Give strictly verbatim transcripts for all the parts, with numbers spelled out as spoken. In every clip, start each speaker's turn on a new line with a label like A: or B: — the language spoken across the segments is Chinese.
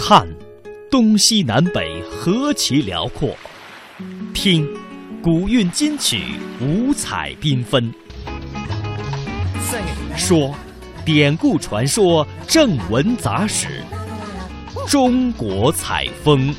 A: 看，东西南北何其辽阔；听，古韵今曲五彩缤纷；说，典故传说正文杂史，中国采风。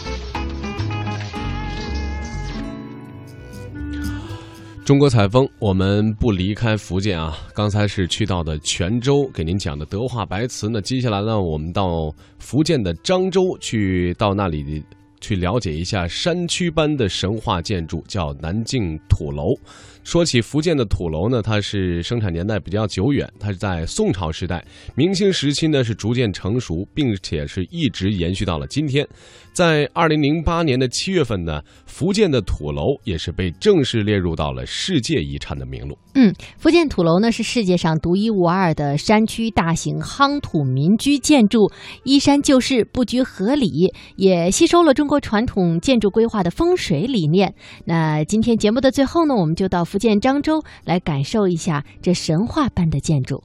B: 中国采风，我们不离开福建啊。刚才是去到的泉州，给您讲的德化白瓷呢。接下来呢，我们到福建的漳州去，到那里去了解一下山区般的神话建筑，叫南靖土楼。说起福建的土楼呢，它是生产年代比较久远，它是在宋朝时代、明清时期呢是逐渐成熟，并且是一直延续到了今天。在二零零八年的七月份呢，福建的土楼也是被正式列入到了世界遗产的名录。
C: 嗯，福建土楼呢是世界上独一无二的山区大型夯土民居建筑，依山就势，布局合理，也吸收了中国传统建筑规划的风水理念。那今天节目的最后呢，我们就到福建漳州来感受一下这神话般的建筑。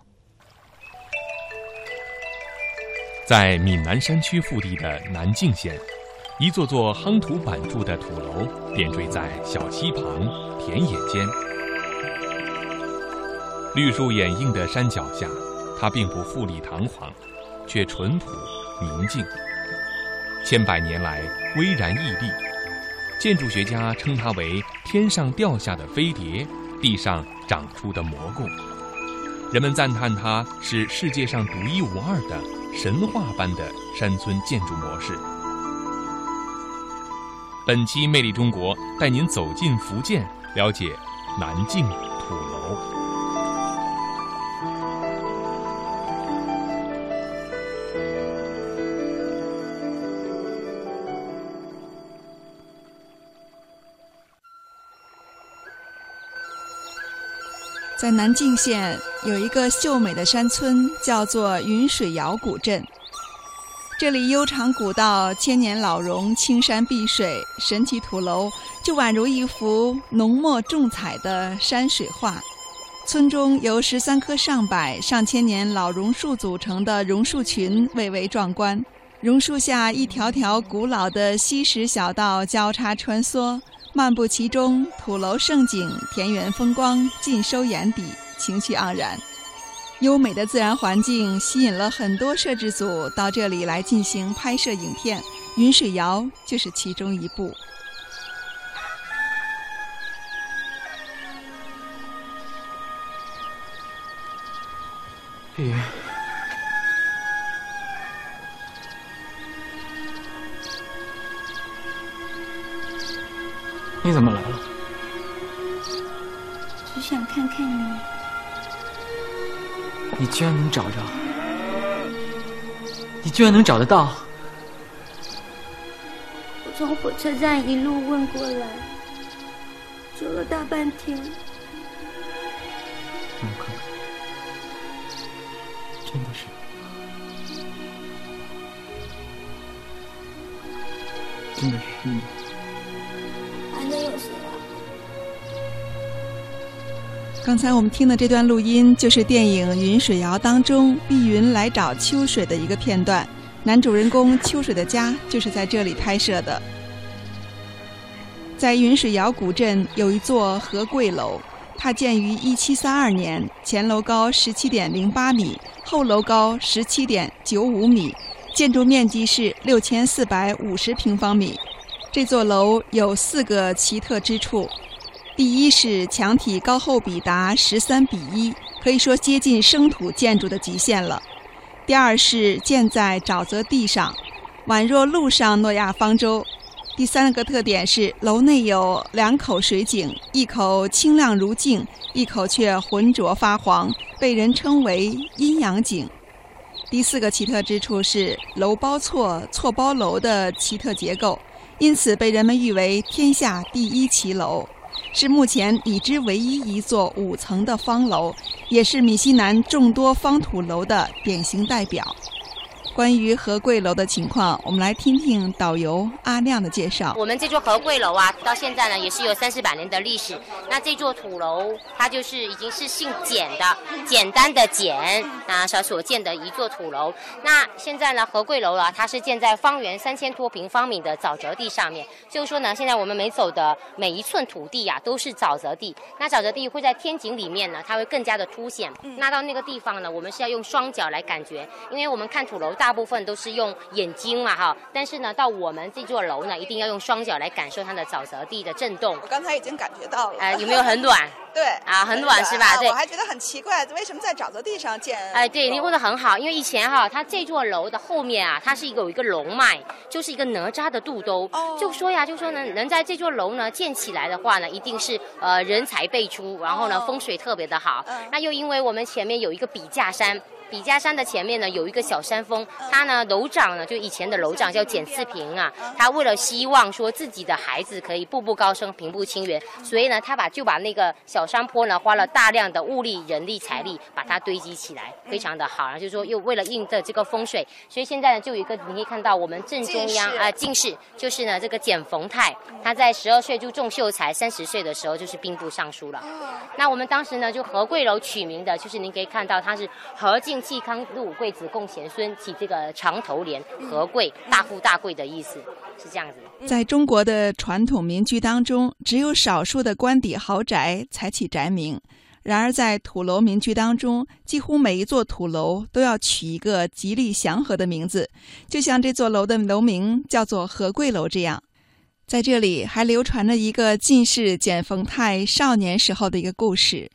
D: 在闽南山区腹地的南靖县，一座座夯土板筑的土楼点缀在小溪旁、田野间。绿树掩映的山脚下，它并不富丽堂皇，却淳朴宁静。千百年来巍然屹立，建筑学家称它为天上掉下的飞碟，地上长出的蘑菇。人们赞叹它是世界上独一无二的神话般的山村建筑模式。本期魅力中国带您走进福建，了解南靖土楼。
E: 在南靖县有一个秀美的山村，叫做云水窑古镇。这里悠长古道，千年老榕，青山碧水，神奇土楼就宛如一幅浓墨重彩的山水画。村中由十三棵上百、上千年老榕树组成的榕树群蔚为壮观。榕树下一条条古老的溪石小道交叉穿梭，漫步其中，土楼胜景，田园风光尽收眼底，情绪盎然。优美的自然环境吸引了很多摄制组到这里来进行拍摄影片，云水窑就是其中一部。
F: 雨，你怎么来了？
G: 只想看看你。
F: 你居然能找着，你居然能找得到！
G: 我从火车站一路问过来，走了大半天。
F: 让我看看，真的是，真的是你。
G: 还能有谁啊？
E: 刚才我们听的这段录音就是电影《云水谣》当中碧云来找秋水的一个片段，男主人公秋水的家就是在这里拍摄的。在云水谣古镇有一座和贵楼，它建于一七三二年，前楼高十七点零八米，后楼高十七点九五米，建筑面积是六千四百五十平方米。这座楼有四个奇特之处。第一是墙体高厚比达十三比一，可以说接近生土建筑的极限了。第二是建在沼泽地上，宛若陆上诺亚方舟。第三个特点是楼内有两口水井，一口清亮如镜，一口却浑浊发黄，被人称为阴阳井。第四个奇特之处是楼包错错包楼的奇特结构，因此被人们誉为天下第一奇楼，是目前已知唯一一座五层的方楼，也是闽西南众多方土楼的典型代表。 关于和贵楼的情况，我们来听听导游阿亮的介绍。
H: 我们这座和贵楼啊，到现在呢也是有三四百年的历史。那这座土楼，它就是已经是姓简的，简单的简啊所所建的一座土楼。那现在呢，和贵楼啊，它是建在方圆三千多平方米的沼泽地上面。就是说呢，现在我们每走的每一寸土地啊，都是沼泽地。那沼泽地会在天井里面呢，它会更加的凸显。那到那个地方呢，我们是要用双脚来感觉，因为我们看土楼大部分都是用眼睛嘛哈，但是呢，到我们这座楼呢，一定要用双脚来感受它的沼泽地的震动。
I: 我刚才已经感觉到了，
H: 呃，有没有很暖？
I: 对
H: 啊，很暖是吧？对，
I: 我还觉得很奇怪，为什么在沼泽地上建？
H: 哎，对，你问得很好，因为以前哈，它这座楼的后面啊，它是一个有一个龙脉，就是一个哪吒的肚兜。哦，就说呀，就说呢，能在这座楼呢建起来的话呢，一定是呃人才辈出，然后呢风水特别的好。嗯，那又因为我们前面有一个笔架山。笔架山的前面呢有一个小山峰，他呢楼长呢就以前的楼长叫简四平啊，他为了希望说自己的孩子可以步步高升、平步青云，所以呢他把就把那个小山坡呢花了大量的物力、人力、财力把它堆积起来，非常的好。然后就是说又为了应的这个风水，所以现在呢就有一个你可以看到我们正中央啊进士，就是呢这个简冯泰，他在十二岁就中秀才，三十岁的时候就是兵部尚书了。那我们当时呢就和贵楼取名的，就是您可以看到它是和敬济康禄贵子共贤孙，起这个长头联，和贵大富大贵的意思，是这样子。
E: 在中国的传统民居当中，只有少数的官邸豪宅才起宅名。然而在土楼民居当中，几乎每一座土楼都要取一个吉利祥和的名字，就像这座楼的楼名叫做和贵楼这样。在这里还流传着一个进士简冯泰少年时候的一个故事。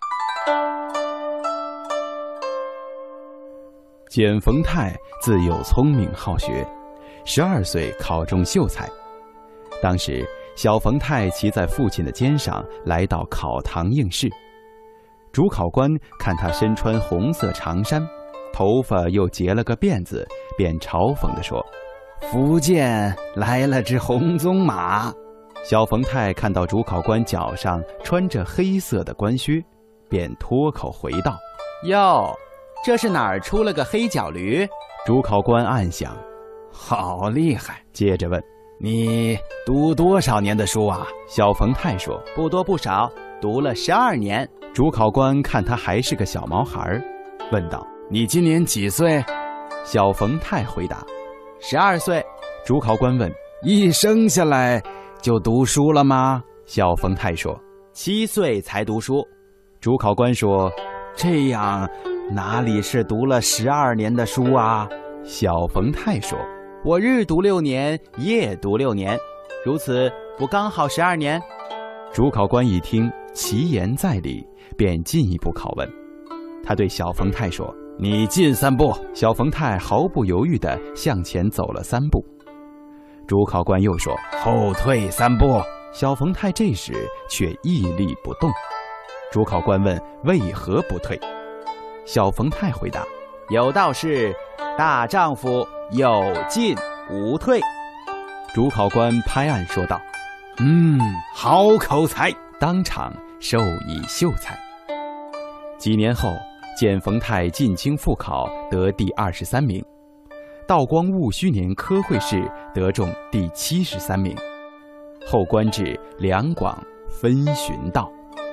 J: 简冯泰自幼聪明好学，十二岁考中秀才。当时小冯泰骑在父亲的肩上来到考堂应试，主考官看他身穿红色长衫，头发又结了个辫子，便嘲讽地说：“福建来了只红鬃马。”小冯泰看到主考官脚上穿着黑色的官靴，便脱口回道：“哟，这是哪儿出了个黑脚驴？”主考官暗想，好厉害，接着问：“你读多少年的书啊？”小冯泰说：“不多不少，读了十二年。”主考官看他还是个小毛孩，问道：“你今年几岁？”小冯泰回答：“十二岁。”主考官问：“一生下来就读书了吗？”小冯泰说：“七岁才读书。”主考官说：“这样哪里是读了十二年的书啊？”小冯泰说：“我日读六年，夜读六年，如此不刚好十二年？”主考官一听，其言在理，便进一步拷问。他对小冯泰说：“你进三步。”小冯泰毫不犹豫地向前走了三步。主考官又说：“后退三步。”小冯泰这时却屹立不动。主考官问：“为何不退？”小冯泰回答：“有道是，大丈夫有进无退。”主考官拍案说道：“嗯，好口才！”当场授以秀才。几年后，简冯泰进京复考，得第二十三名；道光戊戌年科会试得中第七十三名，后官至两广分巡道。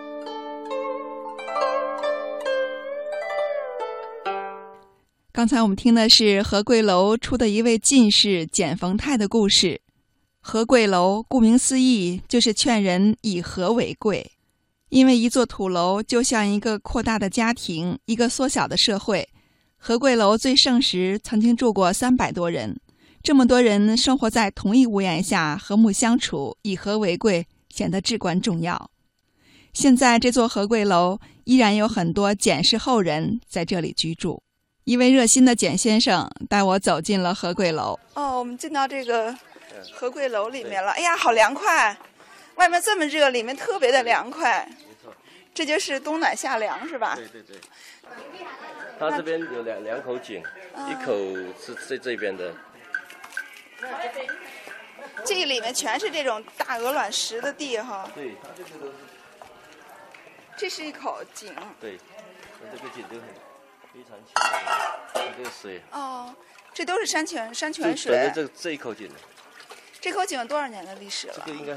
E: 刚才我们听的是和贵楼出的一位进士简冯泰的故事。和贵楼顾名思义，就是劝人以和为贵。因为一座土楼就像一个扩大的家庭，一个缩小的社会。和贵楼最盛时曾经住过三百多人，这么多人生活在同一屋檐下，和睦相处，以和为贵，显得至关重要。现在这座和贵楼依然有很多简氏后人在这里居住。一位热心的简先生带我走进了和贵楼。
I: 哦，我们进到这个和贵楼里面了。哎呀，好凉快！外面这么热，里面特别的凉快。这就是冬暖夏凉，是吧？
K: 对对对。它这边有两两口井，嗯、一口是在这边的。
I: 这里面全是这种大鹅卵石的地哈。
K: 对，它这个都是。
I: 这是一口井。对，
K: 这个井就很非常清凉，这个水。
I: 哦。 这都是山泉山泉水。
K: 对，这这一口井。
I: 这口井有多少年的历史了？
K: 这个应该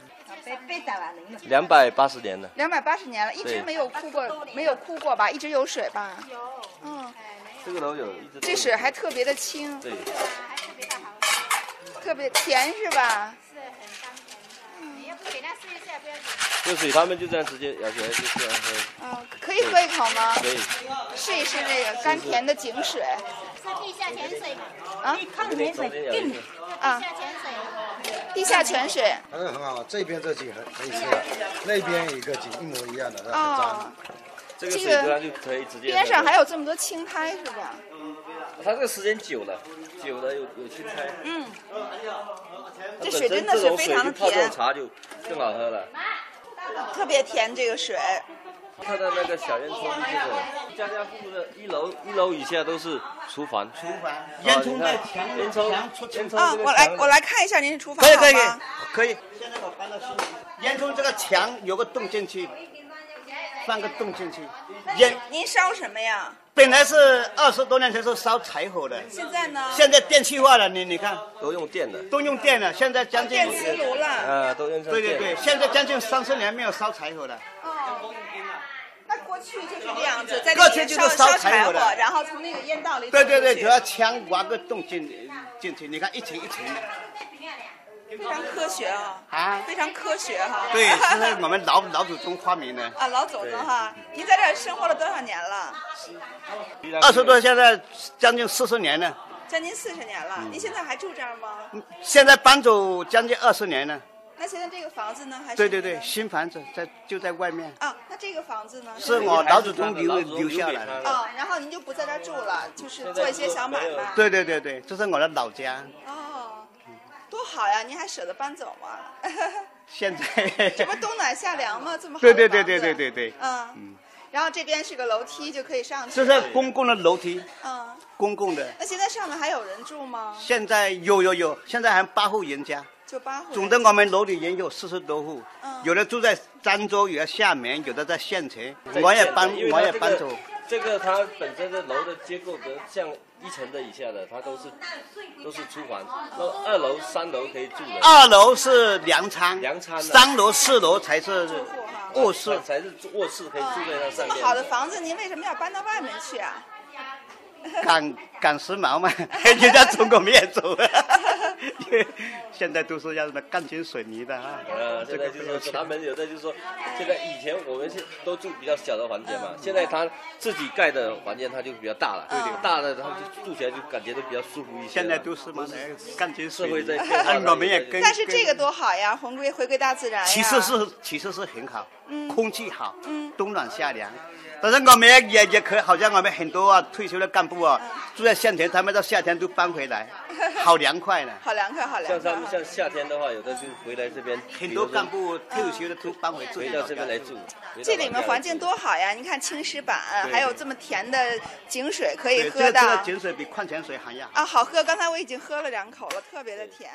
K: 两百八十年了。
I: 两百八十年了，一直没有枯过，没有枯过吧？一直有水吧？有。嗯。
K: 这个楼有一直。
I: 这水还特别的清。
K: 对。
I: 还特别的好喝。特别甜是吧？
L: 是很甘甜。嗯，要不给他试一下，不要紧。
K: 这水他们就这样直接舀起来就这样喝。
I: 嗯，可以喝一口吗？
K: 可以。
I: 试一试那个甘甜的井水。
L: 是地下泉水嘛？
I: 啊，
L: 矿泉水，更
I: 啊，
L: 地下泉水。
I: 地下泉水。
M: 很很好，这边这井可以吃了，那边有一个井一模一样的，很脏。
K: 这个水它就可以直接。
I: 边上还有这么多青苔是吧？
K: 它这个时间久了，久了有有青苔。
I: 嗯。这水真的是非常的甜。
K: 泡这种茶就更好喝了。
I: 特别甜这个水。
K: 看到那个小烟囱就是家家户户的一楼一楼以下都是厨房，厨
N: 房烟囱在墙
K: 烟囱烟囱
I: 啊，我来我来看一下您的厨房
N: 可以可以
I: 好吗？
N: 可以。现在我搬到新烟囱这个墙有个洞进去，放个洞进去。
I: 烟您烧什么呀？
N: 本来是二十多年前是烧柴火的，
I: 现在呢？
N: 现在电气化了，你你看
K: 都用电的，
N: 都用电了，现在将近
I: 电磁炉了。
K: 啊，都用
N: 对对对，现在将近三十年没有烧柴火了。
I: 哦。那过去就是这样子，在
N: 过去就是烧柴火
I: 的，然后从那个烟道里。
N: 对对对，主要墙挖个洞进进去，你看一层一层的。
I: 非常科学啊！
N: 啊，
I: 非常科学哈。
N: 对，是我们老老祖宗发明的。
I: 啊，老祖宗哈！您在这儿生活了多少年了？
N: 二十多，现在将近四十年了。
I: 将近四十年了，您现在还住这儿吗？
N: 现在搬走将近二十年了。
I: 那现在这个房子呢？还是？
N: 对对对，新房子在就在外面。
I: 啊，那这个房子呢？
N: 是我老祖宗留留下来的。
I: 啊，然后您就不在这儿住了，就是做一些小买卖。
N: 对对对对，这是我的老家。
I: 哦，多好呀！您还舍得搬走吗？
N: 现在
I: 这不冬暖夏凉吗？这么好。
N: 对对对对对对对。
I: 嗯嗯。然后这边是个楼梯，就可以上去。
N: 这是公共的楼梯。
I: 嗯。
N: 公共的。
I: 那现在上面还有人住吗？
N: 现在有有有，现在还八户人家。
I: 就八户。
N: 总的我们楼里人有四十多户，嗯、有的住在漳州，有的厦门，有的在县城。我也搬，我也搬走。
K: 这个它本身的楼的结构的，像一层的以下的，它都是都是厨房。那二楼、三楼可以住的。
N: 二楼是粮仓，
K: 粮仓。
N: 三楼、四楼才是卧室，
K: 才是卧室可以住在那上面。
I: 这么好的房子，您为什么要搬到外面去啊？
N: 赶赶时髦嘛，人家走我们也走了。现在都是要什么钢筋水泥的啊。
K: 呃，现在就是说他们有的就是说，现在以前我们是都住比较小的房间嘛，现在他自己盖的房间它就比较大了，对对，大的他就住起来就感觉都比较舒服一些。
N: 现在都是嘛，钢筋水泥。
K: 社会在变化，
N: 我们也跟。
I: 但是这个多好呀，回归回归大自然呀。
N: 其实是其实是很好，
I: 嗯，
N: 空气好，
I: 嗯，
N: 冬暖夏凉。但是我们也也也可以，好像我们很多啊退休的干部啊，住在县城，他们到夏天都搬回来，好凉快呢。
I: 好凉快，好凉快。
K: 像他们像夏天的话，有的就回来这边。
N: 很多干部退休的都搬回
K: 回到这边来住。
I: 这里面环境多好呀！你看青石板，还有这么甜的井水可以喝的。
N: 这个井水比矿泉水还要
I: 啊，好喝！刚才我已经喝了两口了，特别的甜。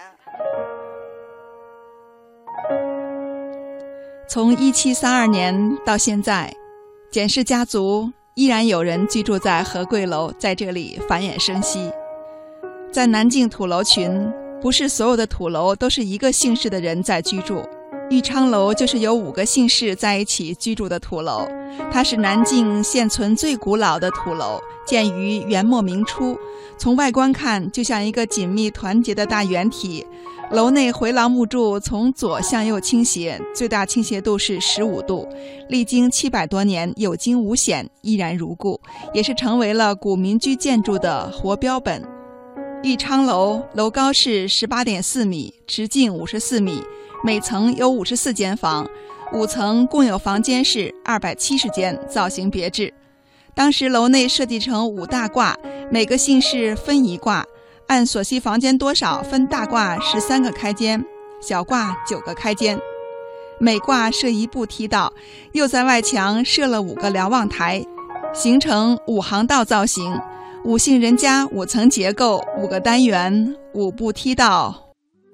E: 从一七三二年到现在。简氏家族依然有人居住在和贵楼，在这里繁衍生息。在南靖土楼群，不是所有的土楼都是一个姓氏的人在居住。玉昌楼就是由五个姓氏在一起居住的土楼，它是南靖现存最古老的土楼，建于元末明初。从外观看，就像一个紧密团结的大圆体。楼内回廊木柱从左向右倾斜，最大倾斜度是十五度，历经七百多年，有惊无险，依然如故，也是成为了古民居建筑的活标本。玉昌楼楼高是十八点四米，直径五十四米，每层有五十四间房，五层共有房间是二百七十间，造型别致。当时楼内设计成五大卦，每个姓氏分一卦。按所需房间多少分大卦十三个开间，小卦九个开间，每卦设一步梯道，又在外墙设了五个瞭望台，形成五行道造型。五姓人家五层结构，五个单元，五步梯道。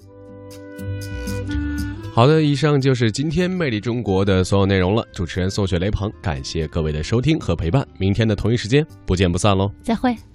B: 好的，以上就是今天魅力中国的所有内容了。主持人宋雪雷鹏，感谢各位的收听和陪伴，明天的同一时间不见不散喽，
C: 再会。